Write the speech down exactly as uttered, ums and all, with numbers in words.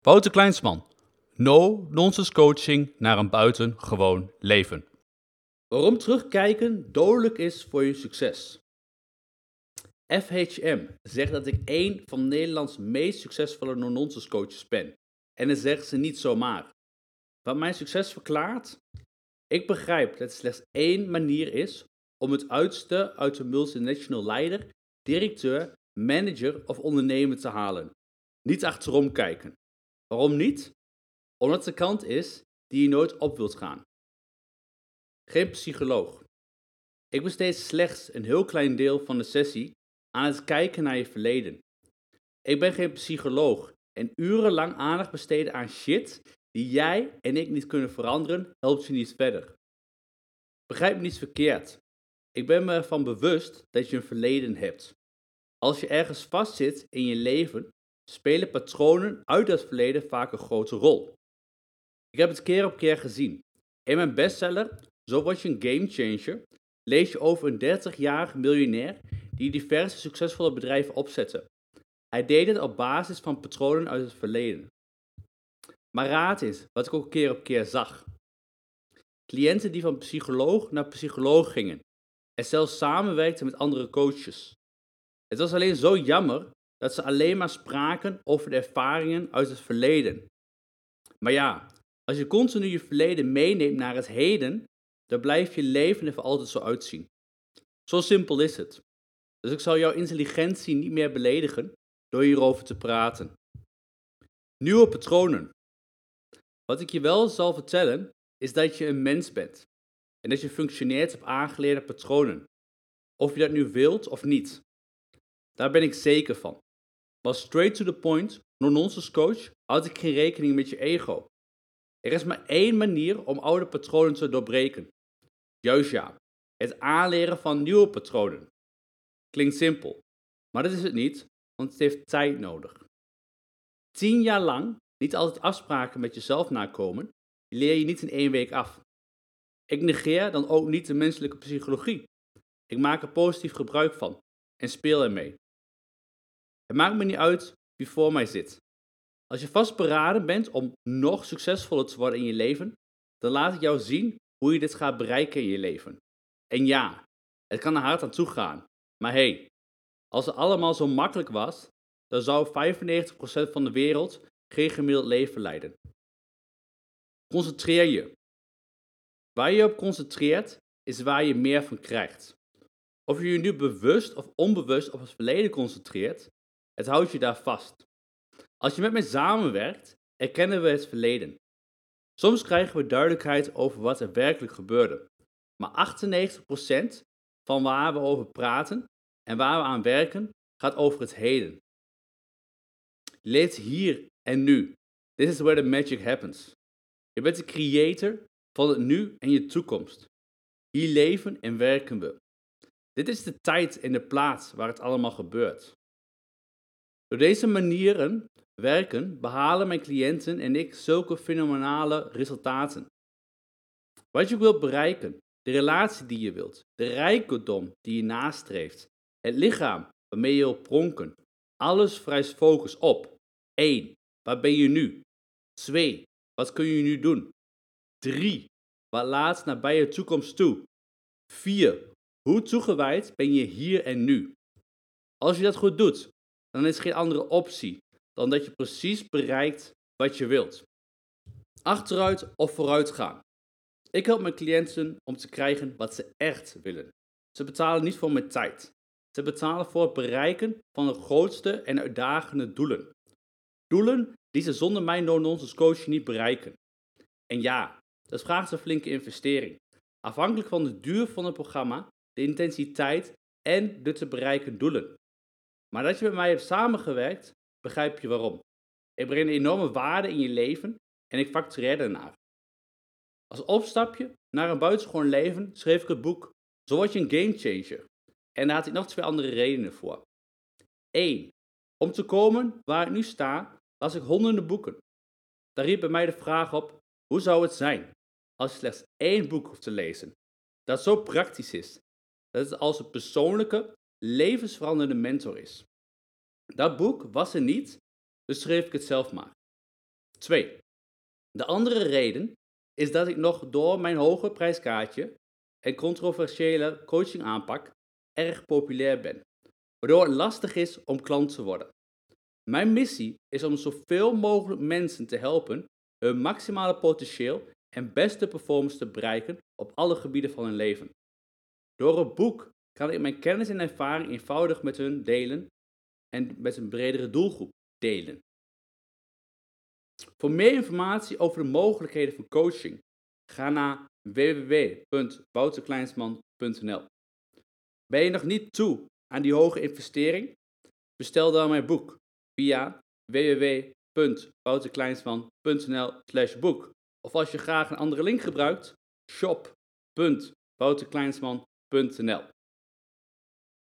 Wouter Kleinsman. No-nonsense coaching naar een buitengewoon leven. Waarom terugkijken dodelijk is voor je succes. F H M zegt dat ik één van Nederlands meest succesvolle no-nonsense coaches ben. En dat zeggen ze niet zomaar. Wat mijn succes verklaart? Ik begrijp dat er slechts één manier is om het uiterste uit een multinational leider, directeur, manager of ondernemer te halen. Niet achterom kijken. Waarom niet? Omdat het de kant is die je nooit op wilt gaan. Geen psycholoog. Ik besteed slechts een heel klein deel van de sessie aan het kijken naar je verleden. Ik ben geen psycholoog en urenlang aandacht besteden aan shit die jij en ik niet kunnen veranderen, helpt je niet verder. Begrijp me niet verkeerd. Ik ben me ervan bewust dat je een verleden hebt. Als je ergens vastzit in je leven, spelen patronen uit dat verleden vaak een grote rol. Ik heb het keer op keer gezien. In mijn bestseller, Zo word je een gamechanger, lees je over een dertigjarige miljonair die diverse succesvolle bedrijven opzette. Hij deed het op basis van patronen uit het verleden. Maar raad eens wat ik ook keer op keer zag. Cliënten die van psycholoog naar psycholoog gingen en zelfs samenwerkten met andere coaches. Het was alleen zo jammer dat ze alleen maar spraken over de ervaringen uit het verleden. Maar ja, als je continu je verleden meeneemt naar het heden, dan blijft je leven er voor altijd zo uitzien. Zo simpel is het. Dus ik zal jouw intelligentie niet meer beledigen door hierover te praten. Nieuwe patronen. Wat ik je wel zal vertellen, is dat je een mens bent. En dat je functioneert op aangeleerde patronen. Of je dat nu wilt of niet. Daar ben ik zeker van. Maar straight to the point, no-nonsense coach, houd ik geen rekening met je ego. Er is maar één manier om oude patronen te doorbreken. Juist ja, het aanleren van nieuwe patronen. Klinkt simpel, maar dat is het niet, want het heeft tijd nodig. Tien jaar lang niet altijd afspraken met jezelf nakomen, leer je niet in één week af. Ik negeer dan ook niet de menselijke psychologie. Ik maak er positief gebruik van en speel ermee. Het maakt me niet uit wie voor mij zit. Als je vastberaden bent om nog succesvoller te worden in je leven, dan laat ik jou zien hoe je dit gaat bereiken in je leven. En ja, het kan er hard aan toe gaan. Maar hé, hey, als het allemaal zo makkelijk was, dan zou vijfennegentig procent van de wereld geen gemiddeld leven leiden. Concentreer je. Waar je je op concentreert, is waar je meer van krijgt. Of je je nu bewust of onbewust op het verleden concentreert, het houdt je daar vast. Als je met mij samenwerkt, erkennen we het verleden. Soms krijgen we duidelijkheid over wat er werkelijk gebeurde. Maar achtennegentig procent van waar we over praten en waar we aan werken, gaat over het heden. Leef hier en nu. This is where the magic happens. Je bent de creator van het nu en je toekomst. Hier leven en werken we. Dit is de tijd en de plaats waar het allemaal gebeurt. Door deze manieren werken behalen mijn cliënten en ik zulke fenomenale resultaten. Wat je wilt bereiken, de relatie die je wilt, de rijkdom die je nastreeft, het lichaam waarmee je wilt pronken, alles vereist focus op. één. Waar ben je nu? twee. Wat kun je nu doen? drie. Wat laat nabij je toekomst toe? vier. Hoe toegewijd ben je hier en nu? Als je dat goed doet, dan is er geen andere optie dan dat je precies bereikt wat je wilt. Achteruit of vooruit gaan. Ik help mijn cliënten om te krijgen wat ze echt willen. Ze betalen niet voor mijn tijd. Ze betalen voor het bereiken van de grootste en uitdagende doelen. Doelen die ze zonder mijn no-nonsense coaching niet bereiken. En ja, dat vraagt een flinke investering. Afhankelijk van de duur van het programma, de intensiteit en de te bereiken doelen. Maar dat je met mij hebt samengewerkt, begrijp je waarom. Ik breng een enorme waarde in je leven en ik factureer daarnaar. Als opstapje naar een buitengewoon leven schreef ik het boek Zo word je een gamechanger. En daar had ik nog twee andere redenen voor. één. Om te komen waar ik nu sta, las ik honderden boeken. Daar riep bij mij de vraag op, hoe zou het zijn als je slechts één boek hoeft te lezen, dat zo praktisch is, dat het als een persoonlijke, levensveranderende mentor is. Dat boek was er niet, dus schreef ik het zelf maar. twee. De andere reden is dat ik nog door mijn hoge prijskaartje en controversiële coaching aanpak erg populair ben, waardoor het lastig is om klant te worden. Mijn missie is om zoveel mogelijk mensen te helpen hun maximale potentieel en beste performance te bereiken op alle gebieden van hun leven. Door het boek kan ik mijn kennis en ervaring eenvoudig met hun delen en met een bredere doelgroep delen. Voor meer informatie over de mogelijkheden van coaching, ga naar w w w punt wouterkleinsman punt n l. Ben je nog niet toe aan die hoge investering? Bestel dan mijn boek via w w w punt wouterkleinsman punt n l slash boek. Of als je graag een andere link gebruikt, shop punt wouterkleinsman punt n l.